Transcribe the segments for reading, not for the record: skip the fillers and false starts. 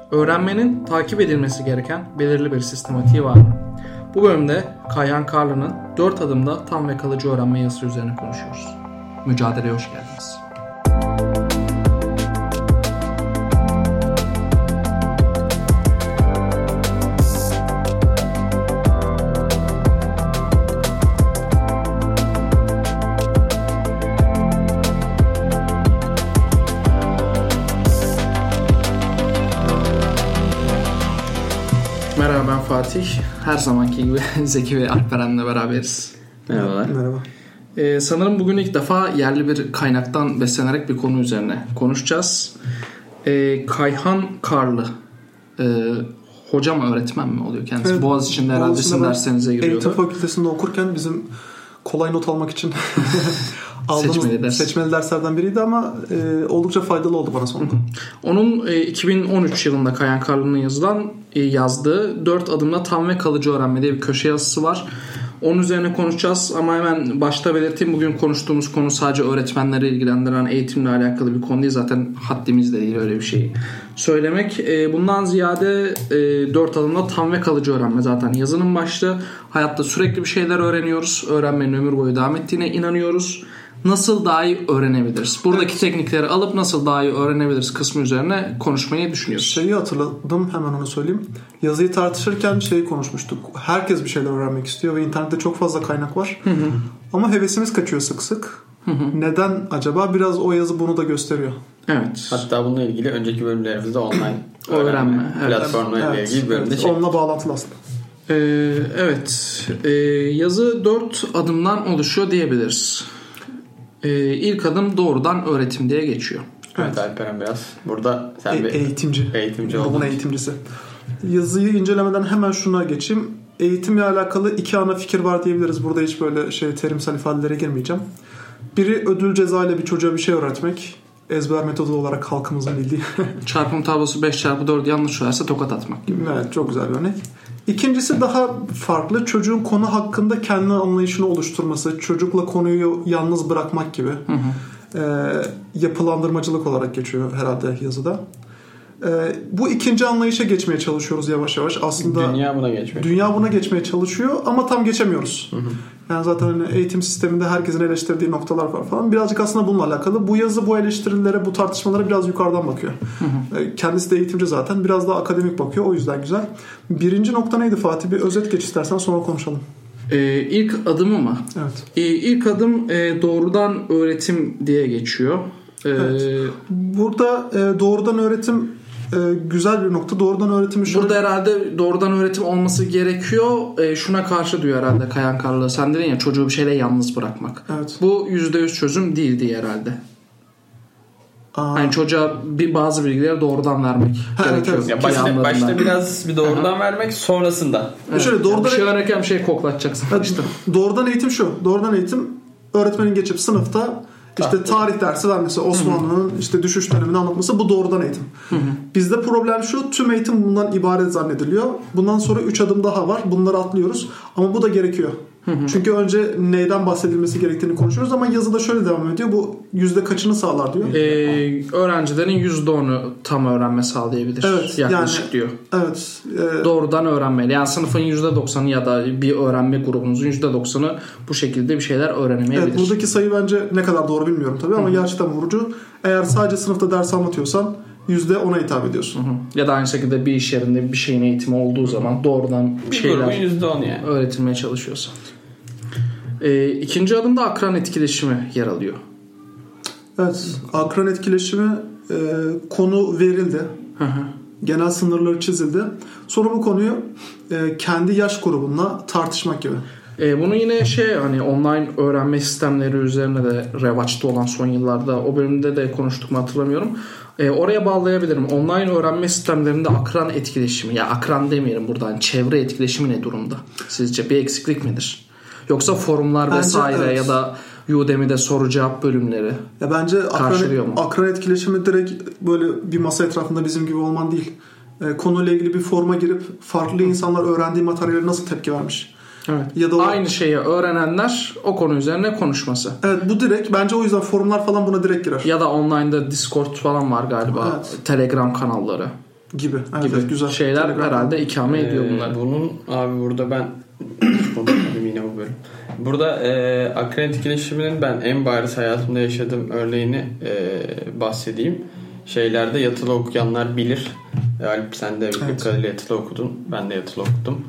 Öğrenmenin takip edilmesi gereken belirli bir sistematiği var mı? Bu bölümde Kayhan Karlı'nın 4 adımda tam ve kalıcı öğrenme yazısı üzerine konuşuyoruz. Mücadeleye hoş geldiniz. Merhaba, ben Fatih. Her zamanki gibi Zeki ve Alperen'le beraberiz. Merhabalar. Merhaba. Sanırım bugün ilk defa yerli bir kaynaktan beslenerek bir konu üzerine konuşacağız. Kayhan Karlı. Hoca mı, öğretmen mi oluyor kendisi? Evet, Boğaziçi'nde herhalde sizin derslerinize giriyordu. Eğitim fakültesinde okurken bizim kolay not almak için aldığımız seçmeli derslerden biriydi ama oldukça faydalı oldu bana sonunda. Onun 2013 yılında Kayhan Karlı'nın yazdığı 4 adımla tam ve kalıcı öğrenme diye bir köşe yazısı var. Onun üzerine konuşacağız ama hemen başta belirteyim, bugün konuştuğumuz konu sadece öğretmenleri ilgilendiren, eğitimle alakalı bir konu değil. Zaten haddimiz de değil öyle bir şeyi söylemek. Bundan ziyade 4 adımla tam ve kalıcı öğrenme zaten yazının başlığı. Hayatta sürekli bir şeyler öğreniyoruz. Öğrenmenin ömür boyu devam ettiğine inanıyoruz. Nasıl daha iyi öğrenebiliriz? Buradaki teknikleri alıp nasıl daha iyi öğrenebiliriz kısmı üzerine konuşmayı düşünüyoruz. Şeyi hatırladım, hemen onu söyleyeyim. Yazıyı tartışırken konuşmuştuk. Herkes bir şeyler öğrenmek istiyor ve internette çok fazla kaynak var. Hı hı. Ama hevesimiz kaçıyor sık sık. Hı hı. Neden acaba? Biraz o yazı bunu da gösteriyor. Evet. Hatta bununla ilgili önceki bölümlerimizde online öğrenme platformlarıyla ilgili bölümde çektik. Onunla bağlantılı aslında. Yazı 4 adımdan oluşuyor diyebiliriz. İlk adım doğrudan öğretim diye geçiyor. Evet, Alperen biraz. Burada sen bir eğitimci oldun. Eğitimcisi. Yazıyı incelemeden hemen şuna geçeyim. Eğitimle alakalı 2 ana fikir var diyebiliriz. Burada hiç böyle terimsel ifadelere girmeyeceğim. Biri ödül ceza ile bir çocuğa bir şey öğretmek. Ezber metodu olarak halkımızın bildiği. Çarpım tablosu 5x4 yanlış söylerse tokat atmak gibi. Evet, çok güzel bir örnek. İkincisi daha farklı. Çocuğun konu hakkında kendi anlayışını oluşturması, çocukla konuyu yalnız bırakmak gibi. Hı hı. Yapılandırmacılık olarak geçiyor herhalde yazıda. Bu ikinci anlayışa geçmeye çalışıyoruz yavaş yavaş. Aslında dünya buna geçmeye çalışıyor ama tam geçemiyoruz. Hı hı. Yani zaten eğitim sisteminde herkesin eleştirdiği noktalar var falan. Birazcık aslında bununla alakalı. Bu yazı bu eleştirilere, bu tartışmalara biraz yukarıdan bakıyor. Hı hı. Kendisi de eğitimci zaten. Biraz daha akademik bakıyor. O yüzden güzel. Birinci nokta neydi Fatih? Bir özet geç istersen, sonra konuşalım. İlk adımı mı? Evet. İlk adım doğrudan öğretim diye geçiyor. Evet. Burada doğrudan öğretim güzel bir nokta. Doğrudan öğretimi şöyle... Burada herhalde doğrudan öğretim olması gerekiyor. Şuna karşı diyor herhalde Kayhan Karlı. Sen dedin ya, çocuğu bir şeyle yalnız bırakmak. Evet. Bu %100 çözüm değil diye herhalde. Yani çocuğa bazı bilgileri doğrudan vermek gerekiyor. Evet. Ya başta biraz bir doğrudan vermek, sonrasında. Evet. Şöyle doğrudan bir şey öğrenirken bir şey koklatacaksın. Evet, işte. Doğrudan eğitim şu. Doğrudan eğitim öğretmenin geçip sınıfta tarih dersi vermesi, Osmanlı'nın düşüş dönemini anlatması, bu doğrudan eğitim. Hı hı. Bizde problem şu: tüm eğitim bundan ibaret zannediliyor. Bundan sonra 3 adım daha var. Bunları atlıyoruz. Ama bu da gerekiyor. Hı hı. Çünkü önce neyden bahsedilmesi gerektiğini konuşuyoruz ama yazıda şöyle devam ediyor. Bu yüzde kaçını sağlar diyor. Öğrencilerin %10'u tam öğrenme sağlayabilir. Evet, yaklaşık diyor. Evet. Doğrudan öğrenmeli. Yani sınıfın %90'ı ya da bir öğrenme grubunuzun %90'ı bu şekilde bir şeyler öğrenemeyebilir. Evet, buradaki sayı bence ne kadar doğru bilmiyorum tabii ama gerçekten vurucu. Eğer sadece sınıfta ders anlatıyorsan %10'a hitap ediyorsun. Hı hı. Ya da aynı şekilde bir iş yerinde bir şeyin eğitimi olduğu zaman doğrudan bir şeyler %10 öğretilmeye çalışıyorsan. İkinci adımda akran etkileşimi yer alıyor. Evet, akran etkileşimi konu verildi. Hı hı. Genel sınırları çizildi. Sonra bu konuyu kendi yaş grubunla tartışmak gibi. Bunu yine online öğrenme sistemleri üzerine de revaçta olan son yıllarda, o bölümde de konuştuk mu hatırlamıyorum. Oraya bağlayabilirim. Online öğrenme sistemlerinde akran etkileşimi, ya akran demeyelim buradan, çevre etkileşimi ne durumda? Sizce bir eksiklik midir? Yoksa forumlar vesaire ya da Udemy'de soru cevap bölümleri bence karşılıyor mu? Akran etkileşimi direkt böyle bir masa etrafında bizim gibi olman değil. Konuyla ilgili bir foruma girip farklı insanlar öğrendiği materyale nasıl tepki vermiş. Evet. Ya da aynı şeyi öğrenenler o konu üzerine konuşması. Evet, bu direkt bence, o yüzden forumlar falan buna direkt girer. Ya da online'da Discord falan var galiba. Evet. Telegram kanalları. gibi. Evet, gibi güzel şeyler Telegram herhalde ikame ediyor bunlar. Bunun abi burada ben konuşmadım yine bu bölüm. Burada akran etkileşiminin ben en bariz hayatımda yaşadığım örneğini bahsedeyim. Şeylerde yatılı okuyanlar bilir. Alp sen de bir kadarıyla yatılı okudun. Ben de yatılı okudum.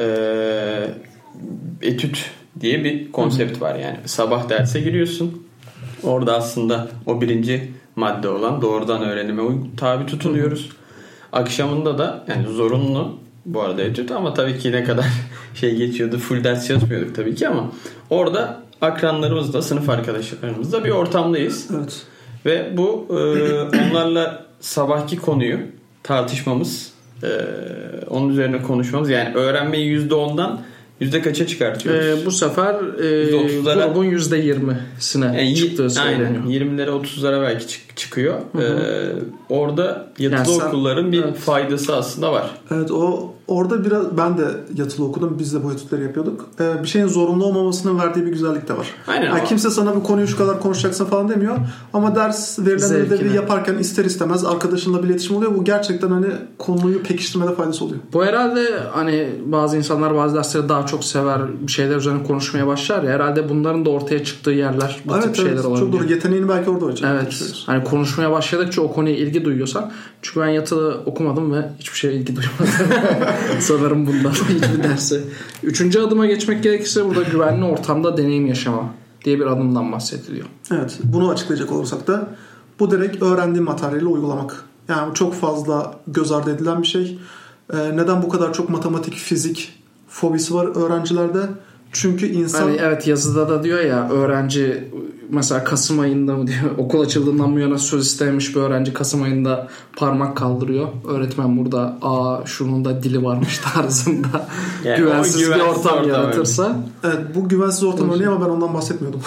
Etüt diye bir konsept var yani. Sabah derse giriyorsun. Orada aslında o birinci madde olan doğrudan öğrenime tabi tutuluyoruz. Akşamında da yani zorunlu bu arada etüt ama tabii ki ne kadar şey geçiyordu, full ders çalışmıyorduk tabii ki ama orada akranlarımızla, sınıf arkadaşlarımızla bir ortamdayız. Evet. Ve bu onlarla sabahki konuyu tartışmamız, onun üzerine konuşmamız, yani öğrenmeyi %10'dan yüzde kaça çıkartıyoruz? Bu sefer grubun %20'sine çıktığı söyleniyor. Aynen. 20'lere 30'lara belki çıkıyor. Orada yatılı okulların bir faydası aslında var. Evet, orada biraz ben de yatılı okudum. Biz de bu etütleri yapıyorduk. Bir şeyin zorunlu olmamasının verdiği bir güzellik de var. Aynen. Yani kimse sana bu konuyu şu kadar konuşacaksın falan demiyor. Ama ders verilen ödevi yaparken ister istemez arkadaşınla bir iletişim oluyor. Bu gerçekten hani konuyu pekiştirmede faydası oluyor. Bu herhalde hani bazı insanlar bazı dersleri daha çok sever, bir şeyler üzerine konuşmaya başlar ya. Herhalde bunların da ortaya çıktığı yerler bu tip şeyler olabilir. Çok doğru. Yeteneğini belki orada açıyor. Evet. Hani konuşmaya başladıkça o konuya ilgi duyuyorsan. Çünkü ben yatılı okumadım ve hiçbir şeye ilgi duymadım. Sanırım bundan hiçbir derse. 3. adıma geçmek gerekirse burada güvenli ortamda deneyim yaşama diye bir adımdan bahsediliyor. Evet. Bunu açıklayacak olursak da bu direkt öğrendiğin materyali uygulamak. Yani çok fazla göz ardı edilen bir şey. Neden bu kadar çok matematik, fizik fobisi var öğrencilerde? Çünkü insan... Hani evet, yazıda da diyor ya, öğrenci mesela Kasım ayında mı diyor, okul açıldığından bu yana söz istemiş bir öğrenci Kasım ayında parmak kaldırıyor. Öğretmen burada şunun da dili varmış tarzında yani güvensiz bir ortam yaratırsa. Evet, bu güvensiz ortam örneği ama ben ondan bahsetmiyordum.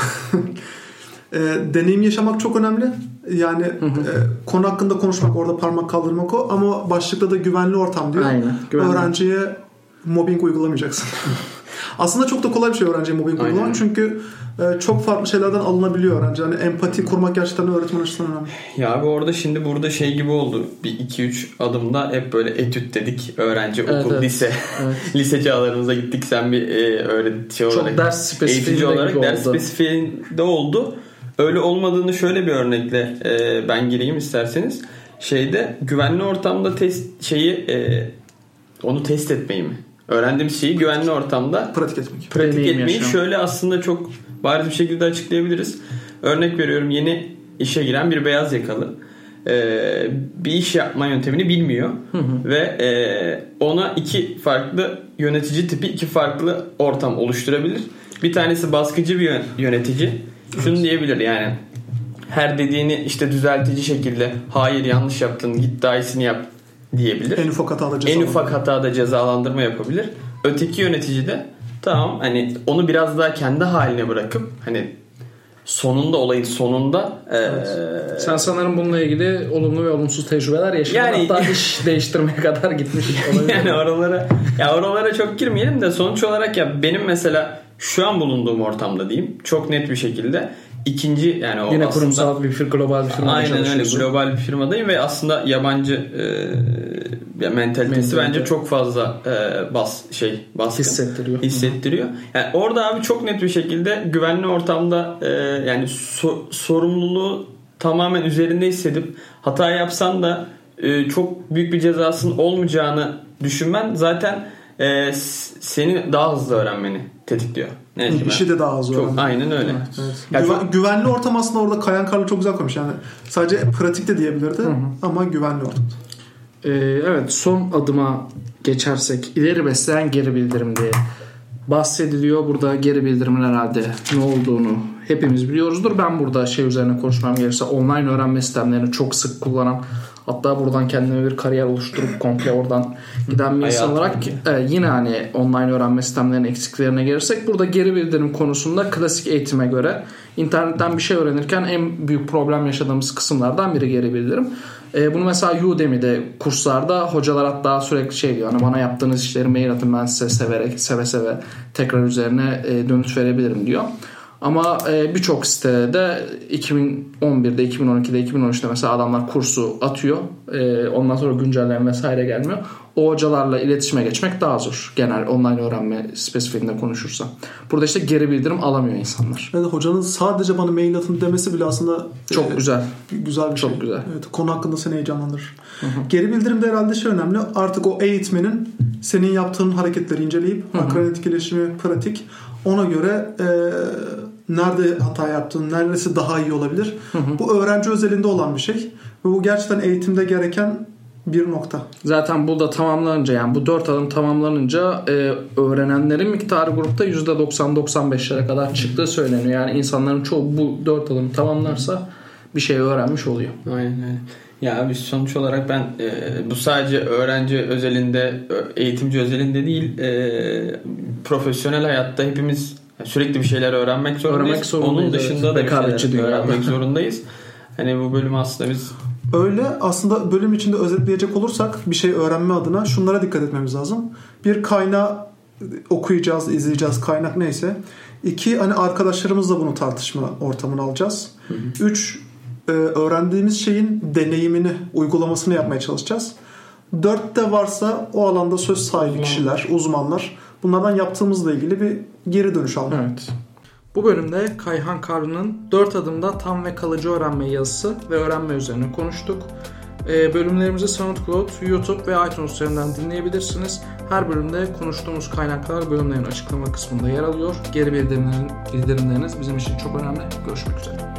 Deneyim yaşamak çok önemli. Yani konu hakkında konuşmak, orada parmak kaldırmak o, ama başlıkta da güvenli ortam diyor. Aynen, öğrenciye mobbing uygulamayacaksın. Aslında çok da kolay bir şey öğrenciye mobbing uygulamak. Çünkü çok farklı şeylerden alınabiliyor öğrenci. Yani empati kurmak gerçekten öğretmen açısından önemli. Ya abi orada şimdi burada şey gibi oldu. Bir 2-3 adımda hep böyle etüt dedik. Öğrenci, okul, lise. Evet. Lise çağlarımıza gittik. Sen bir öğretici olarak, çok ders spesifiğinde olarak ders spesifiğinde oldu. Öyle olmadığını şöyle bir örnekle ben gireyim isterseniz. Güvenli ortamda onu test etmeyi mi? Öğrendiğimiz şeyi güvenli ortamda pratik etmeyi şöyle aslında çok bariz bir şekilde açıklayabiliriz. Örnek veriyorum, yeni işe giren bir beyaz yakalı bir iş yapma yöntemini bilmiyor. Ve ona 2 farklı yönetici tipi, 2 farklı ortam oluşturabilir. Bir tanesi baskıcı bir yönetici. Şunu diyebilir yani, her dediğini işte düzeltici şekilde hayır yanlış yaptın git daha iyisini yap diyebilir. En ufak hatada cezalandırma yapabilir. Öteki yönetici de tamam hani onu biraz daha kendi haline bırakıp hani olayın sonunda sen sanırım bununla ilgili olumlu ve olumsuz tecrübeler yaşadın. Yani, hatta iş değiştirmeye kadar gitmiş olabilir. Yani oralara çok girmeyelim de sonuç olarak ya benim mesela şu an bulunduğum ortamda diyeyim çok net bir şekilde ikinci yani o yine aslında kurumsal global bir firmada aynen öyle global bir firmadayım ve aslında yabancı mentalitesi bence çok fazla baskın hissettiriyor. Yani orada abi çok net bir şekilde güvenli ortamda yani sorumluluğu tamamen üzerinde hissedip hata yapsan da çok büyük bir cezasının olmayacağını düşünmen zaten seni daha hızlı öğrenmeni tetikliyor. İşi de daha hızlı öğrenmen. Aynen öyle. Evet. Güvenli ortam aslında orada Kayan Karlı çok güzel koymuş. Yani sadece pratik de diyebilirdi ama güvenli ortam. Evet, son adıma geçersek ileri besleyen geri bildirim diye bahsediliyor. Burada geri bildirimin herhalde ne olduğunu hepimiz biliyoruzdur. Ben burada üzerine konuşmam gerekirse online öğrenme sistemlerini çok sık kullanan, hatta buradan kendime bir kariyer oluşturup komple oradan giden bir insan olarak yine hani online öğrenme sistemlerinin eksiklerine gelirsek, burada geri bildirim konusunda klasik eğitime göre internetten bir şey öğrenirken en büyük problem yaşadığımız kısımlardan biri geri bildirim. Bunu mesela Udemy'de kurslarda hocalar hatta sürekli diyor, hani bana yaptığınız işleri mail atın, ben size seve seve tekrar üzerine dönüş verebilirim diyor. Ama birçok sitede de 2011'de, 2012'de, 2013'te mesela adamlar kursu atıyor. Ondan sonra güncelleme vesaire gelmiyor. O hocalarla iletişime geçmek daha zor. Genel online öğrenme spesifiğinde konuşursa. Burada işte geri bildirim alamıyor insanlar. Evet, hocanın sadece bana mail atın demesi bile aslında çok güzel. Güzel bir çok şey. Güzel. Evet, konu hakkında seni heyecanlandırır. Geri bildirimde herhalde önemli. Artık o eğitmenin senin yaptığın hareketleri inceleyip akran etkileşimi, pratik, ona göre nerede hata yaptın, neresi daha iyi olabilir. Bu öğrenci özelinde olan bir şey. Ve bu gerçekten eğitimde gereken bir nokta. Zaten bu da tamamlanınca, yani bu 4 adım tamamlanınca öğrenenlerin miktarı grupta %90-95'lere kadar çıktığı söyleniyor. Yani insanların çoğu bu 4 adım tamamlarsa bir şey öğrenmiş oluyor. Aynen öyle. Ya biz sonuç olarak ben bu sadece öğrenci özelinde, eğitimci özelinde değil, profesyonel hayatta hepimiz sürekli bir şeyler öğrenmek zorundayız. Onun dışında da bir şeyler öğrenmek zorundayız. Hani bu bölüm aslında biz öyle aslında bölüm içinde özetleyecek olursak bir şey öğrenme adına şunlara dikkat etmemiz lazım. Bir, kaynağı okuyacağız, izleyeceğiz, kaynak neyse. 2, hani arkadaşlarımızla bunu tartışma ortamına alacağız. 3, öğrendiğimiz şeyin deneyimini, uygulamasını yapmaya çalışacağız. 4 de varsa o alanda söz sahibi kişiler, uzmanlar, bunlardan yaptığımızla ilgili bir geri dönüş almak. Evet. Bu bölümde Kayhan Karlı'nın 4 adımda tam ve kalıcı öğrenme yazısı ve öğrenme üzerine konuştuk. Bölümlerimizi SoundCloud, YouTube ve iTunes üzerinden dinleyebilirsiniz. Her bölümde konuştuğumuz kaynaklar bölümlerin açıklama kısmında yer alıyor. Geri bildirimleriniz bizim için çok önemli. Görüşmek üzere.